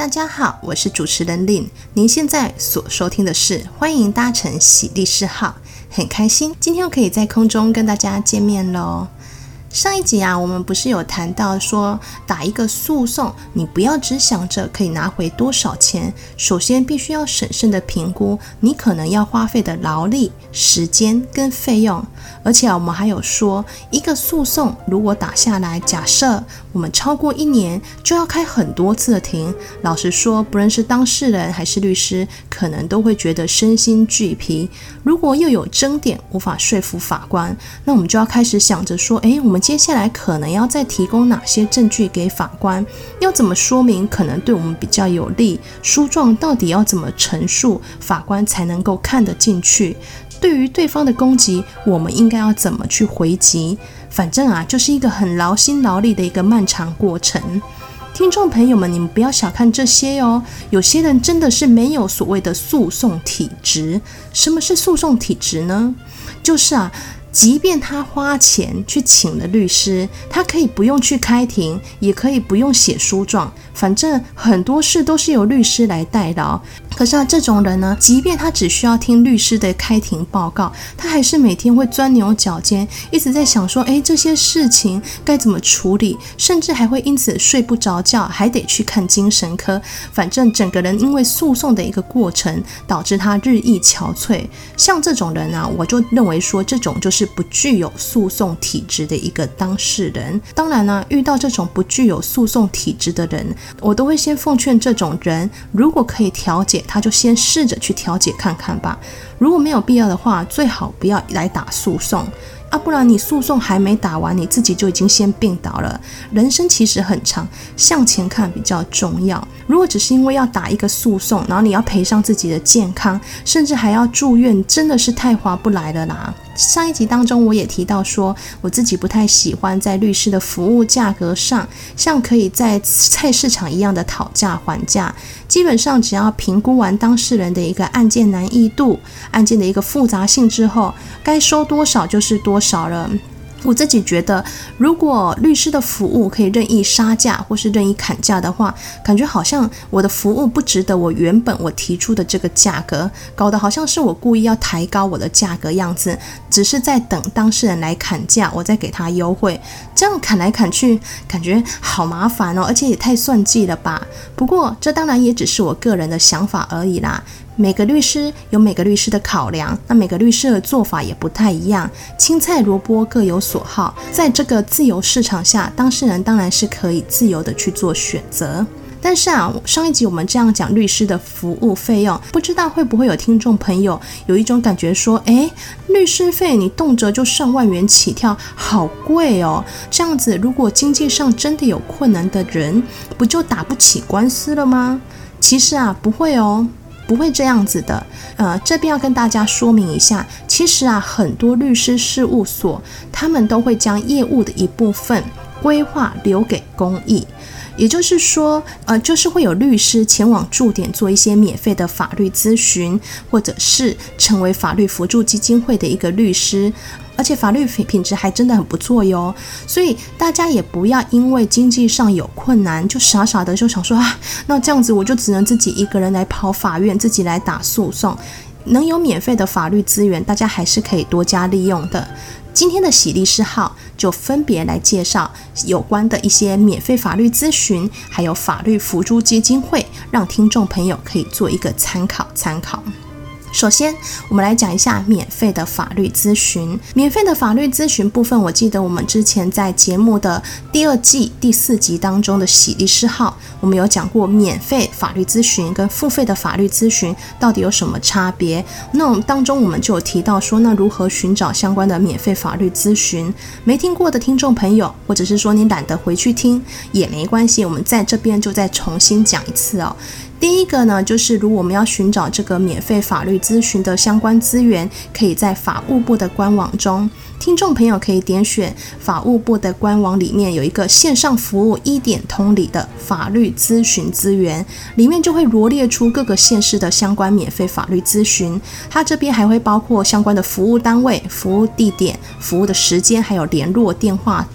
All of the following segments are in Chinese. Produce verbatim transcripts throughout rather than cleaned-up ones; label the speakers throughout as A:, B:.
A: 大家好，我是主持人 Lin， 您现在所收听的是欢迎搭乘喜律师号，很开心今天又可以在空中跟大家见面咯。上一集啊，我们不是有谈到说打一个诉讼，你不要只想着可以拿回多少钱，首先必须要审慎的评估你可能要花费的劳力、时间跟费用。而且啊，我们还有说一个诉讼如果打下来，假设我们超过一年就要开很多次的庭，老实说不论是当事人还是律师可能都会觉得身心俱疲。如果又有争点无法说服法官，那我们就要开始想着说，诶，我们接下来可能要再提供哪些证据给法官，要怎么说明可能对我们比较有利，书状到底要怎么陈述，法官才能够看得进去。对于对方的攻击，我们应该要怎么去回击？反正啊，就是一个很劳心劳力的一个漫长过程。听众朋友们，你们不要小看这些哦，有些人真的是没有所谓的诉讼体质。什么是诉讼体质呢？就是啊，即便他花钱去请了律师，他可以不用去开庭，也可以不用写书状，反正很多事都是由律师来代劳。可是啊，这种人呢，即便他只需要听律师的开庭报告，他还是每天会钻牛角尖，一直在想说，诶，这些事情该怎么处理，甚至还会因此睡不着觉，还得去看精神科。反正整个人因为诉讼的一个过程，导致他日益憔悴。像这种人啊，我就认为说，这种就是不具有诉讼体质的一个当事人。当然呢、啊，遇到这种不具有诉讼体质的人，我都会先奉劝这种人，如果可以调解，他就先试着去调解看看吧。如果没有必要的话，最好不要来打诉讼啊，不然你诉讼还没打完，你自己就已经先病倒了。人生其实很长，向前看比较重要。如果只是因为要打一个诉讼，然后你要赔上自己的健康，甚至还要住院，真的是太划不来了啦。上一集当中我也提到说，我自己不太喜欢在律师的服务价格上像可以在菜市场一样的讨价还价。基本上只要评估完当事人的一个案件难易度、案件的一个复杂性之后，该收多少就是多少了。我自己觉得，如果律师的服务可以任意杀价或是任意砍价的话，感觉好像我的服务不值得我原本我提出的这个价格，搞得好像是我故意要抬高我的价格样子，只是在等当事人来砍价，我再给他优惠。这样砍来砍去，感觉好麻烦哦，而且也太算计了吧。不过这当然也只是我个人的想法而已啦。每个律师有每个律师的考量，那每个律师的做法也不太一样，青菜萝卜各有所好。在这个自由市场下，当事人当然是可以自由的去做选择。但是啊，上一集我们这样讲律师的服务费用，不知道会不会有听众朋友有一种感觉说，诶，律师费你动辄就上万元起跳，好贵哦。这样子如果经济上真的有困难的人，不就打不起官司了吗？其实啊，不会哦。不会这样子的，呃，这边要跟大家说明一下，其实啊，很多律师事务所，他们都会将业务的一部分规划留给公益。也就是说，呃，就是会有律师前往驻点做一些免费的法律咨询，或者是成为法律辅助基金会的一个律师，而且法律品质还真的很不错哟。所以大家也不要因为经济上有困难，就傻傻的就想说啊，那这样子我就只能自己一个人来跑法院，自己来打诉讼。能有免费的法律资源，大家还是可以多加利用的。今天的喜律师号就分别来介绍有关的一些免费法律咨询，还有法律辅助基金会，让听众朋友可以做一个参考参考。首先我们来讲一下免费的法律咨询。免费的法律咨询部分，我记得我们之前在节目的第二季第四集当中的喜律师号，我们有讲过免费法律咨询跟付费的法律咨询到底有什么差别。那当中我们就有提到说，那如何寻找相关的免费法律咨询，没听过的听众朋友，或者是说你懒得回去听也没关系，我们在这边就再重新讲一次哦。第一个呢，就是如果我们要寻找这个免费法律咨询的相关资源，可以在法务部的官网中，听众朋友可以点选法务部的官网里面有一个线上服务一点通里的法律咨询资源，里面就会罗列出各个县市的相关免费法律咨询，它这边还会包括相关的服务单位、服务地点、服务的时间，还有联络电话等。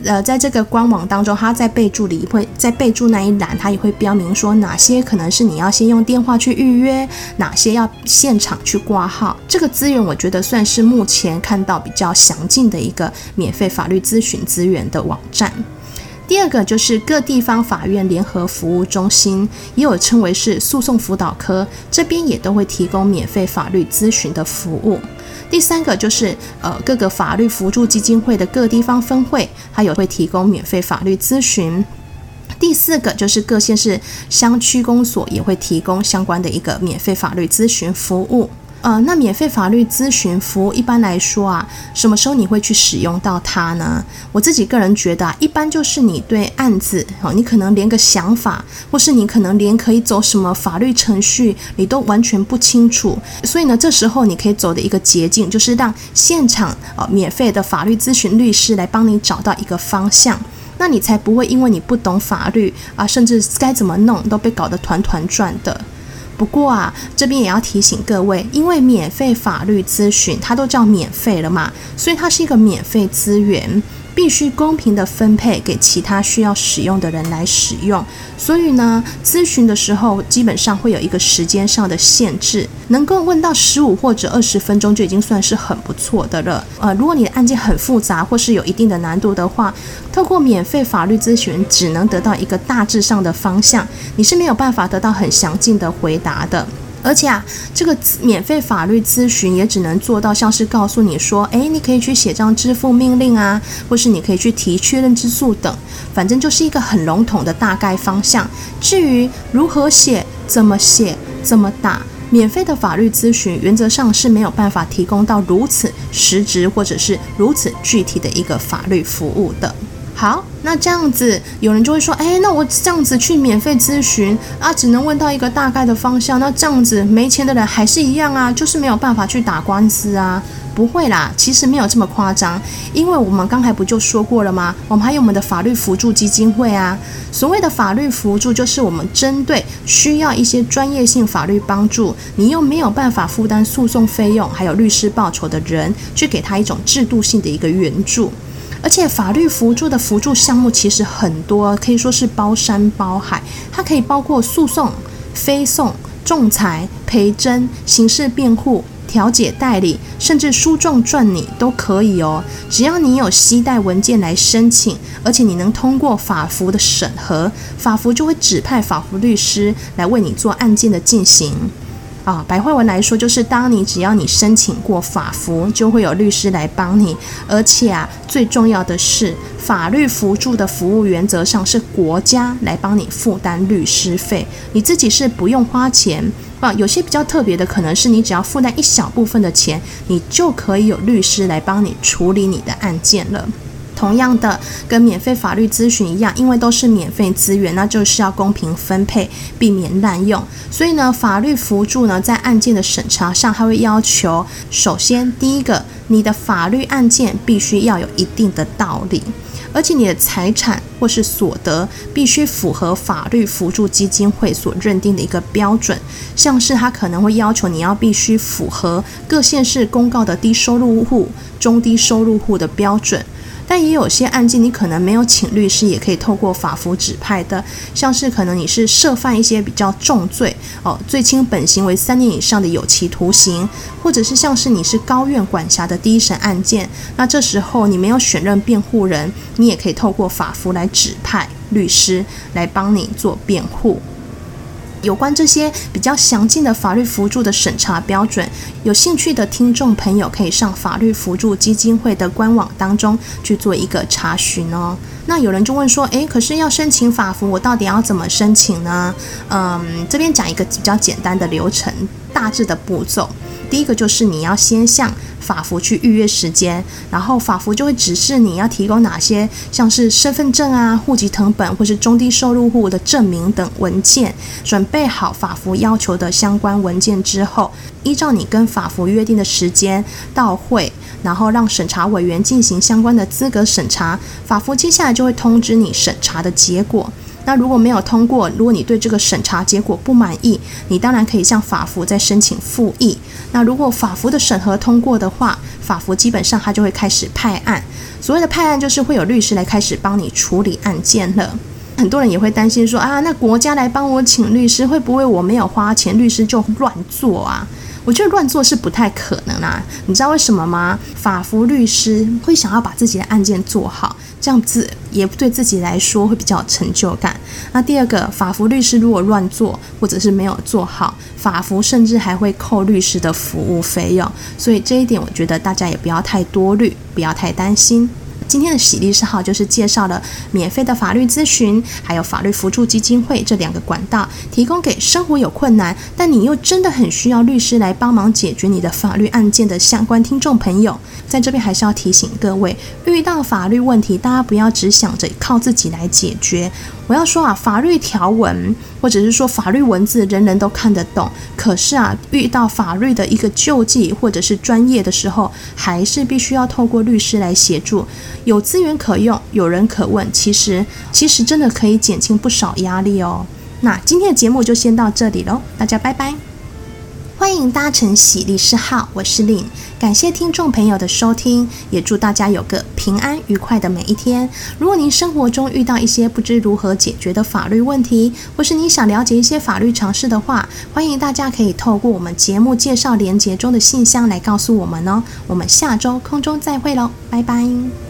A: 呃，在这个官网当中，它在备注里会在备注那一栏，它也会标明说哪些可能是你要先用电话去预约，哪些要现场去挂号。这个资源我觉得算是目前看到比较详尽的一个免费法律咨询资源的网站。第二个就是各地方法院联合服务中心，也有称为是诉讼辅导科，这边也都会提供免费法律咨询的服务。第三个就是呃各个法律扶助基金会的各地方分会，它有会提供免费法律咨询。第四个就是各县市乡区公所也会提供相关的一个免费法律咨询服务。呃，那免费法律咨询服务一般来说啊，什么时候你会去使用到它呢？我自己个人觉得啊，一般就是你对案子，哦，你可能连个想法，或是你可能连可以走什么法律程序，你都完全不清楚。所以呢，这时候你可以走的一个捷径，就是让现场呃免费的法律咨询律师来帮你找到一个方向。那你才不会因为你不懂法律啊，甚至该怎么弄都被搞得团团转的。不过啊，这边也要提醒各位，因为免费法律咨询它都叫免费了嘛，所以它是一个免费资源，必须公平的分配给其他需要使用的人来使用。所以呢，咨询的时候基本上会有一个时间上的限制，能够问到十五或者二十分钟就已经算是很不错的了。呃，如果你的案件很复杂或是有一定的难度的话，透过免费法律咨询只能得到一个大致上的方向，你是没有办法得到很详尽的回答的。而且啊，这个免费法律咨询也只能做到像是告诉你说，哎，你可以去写张支付命令啊，或是你可以去提确认之诉等，反正就是一个很笼统的大概方向。至于如何写、怎么写、怎么打，免费的法律咨询原则上是没有办法提供到如此实质或者是如此具体的一个法律服务的。好，那这样子有人就会说，哎，那我这样子去免费咨询啊，只能问到一个大概的方向，那这样子没钱的人还是一样啊，就是没有办法去打官司啊。不会啦，其实没有这么夸张，因为我们刚才不就说过了吗？我们还有我们的法律扶助基金会啊。所谓的法律扶助，就是我们针对需要一些专业性法律帮助，你又没有办法负担诉讼费用还有律师报酬的人，去给他一种制度性的一个援助。而且法律扶助的扶助项目其实很多，可以说是包山包海，它可以包括诉讼、非讼、仲裁、赔争、刑事辩护、调解代理，甚至诉状撰拟都可以哦。只要你有携带文件来申请，而且你能通过法扶的审核，法扶就会指派法扶律师来为你做案件的进行。啊，白话文来说，就是当你只要你申请过法扶，就会有律师来帮你。而且啊，最重要的是，法律扶助的服务原则上是国家来帮你负担律师费，你自己是不用花钱。啊，有些比较特别的，可能是你只要负担一小部分的钱，你就可以有律师来帮你处理你的案件了。同样的，跟免费法律咨询一样，因为都是免费资源，那就是要公平分配，避免滥用。所以呢，法律扶助呢，在案件的审查上，它会要求，首先第一个，你的法律案件必须要有一定的道理，而且你的财产或是所得必须符合法律扶助基金会所认定的一个标准，像是它可能会要求你要必须符合各县市公告的低收入户、中低收入户的标准。但也有些案件你可能没有请律师，也可以透过法扶指派的，像是可能你是涉犯一些比较重罪哦，最轻本刑为三年以上的有期徒刑，或者是像是你是高院管辖的第一审案件，那这时候你没有选任辩护人，你也可以透过法扶来指派律师来帮你做辩护。有关这些比较详尽的法律扶助的审查标准，有兴趣的听众朋友可以上法律扶助基金会的官网当中去做一个查询哦。那有人就问说，诶，可是要申请法扶，我到底要怎么申请呢？嗯，这边讲一个比较简单的流程，大致的步骤。第一个就是你要先向法扶去预约时间，然后法扶就会指示你要提供哪些，像是身份证啊、户籍誊本或是中低收入户的证明等文件。准备好法扶要求的相关文件之后，依照你跟法扶约定的时间到会，然后让审查委员进行相关的资格审查，法扶接下来就会通知你审查的结果。 那如果没有通过，如果你对这个审查结果不满意，你当然可以向法服再申请复议。那如果法服的审核通过的话，法服基本上它就会开始派案。所谓的派案就是会有律师来开始帮你处理案件了。很多人也会担心说啊，那国家来帮我请律师，会不会我没有花钱，律师就乱做啊？我觉得乱做是不太可能啦、啊，你知道为什么吗？法服律师会想要把自己的案件做好，这样子也对自己来说会比较有成就感。那第二个，法服律师如果乱做或者是没有做好，法服甚至还会扣律师的服务费用，所以这一点我觉得大家也不要太多虑，不要太担心。今天的喜律师号就是介绍了免费的法律咨询，还有法律扶助基金会这两个管道，提供给生活有困难，但你又真的很需要律师来帮忙解决你的法律案件的相关听众朋友。在这边还是要提醒各位，遇到法律问题，大家不要只想着靠自己来解决。我要说啊，法律条文或者是说法律文字人人都看得懂，可是啊，遇到法律的一个救济或者是专业的时候，还是必须要透过律师来协助。有资源可用，有人可问，其实其实真的可以减轻不少压力哦。那今天的节目就先到这里咯，大家拜拜。欢迎搭乘喜律师号，我是Lynn，感谢听众朋友的收听，也祝大家有个平安愉快的每一天。如果您生活中遇到一些不知如何解决的法律问题，或是你想了解一些法律常识的话，欢迎大家可以透过我们节目介绍连结中的信箱来告诉我们哦。我们下周空中再会咯，拜拜。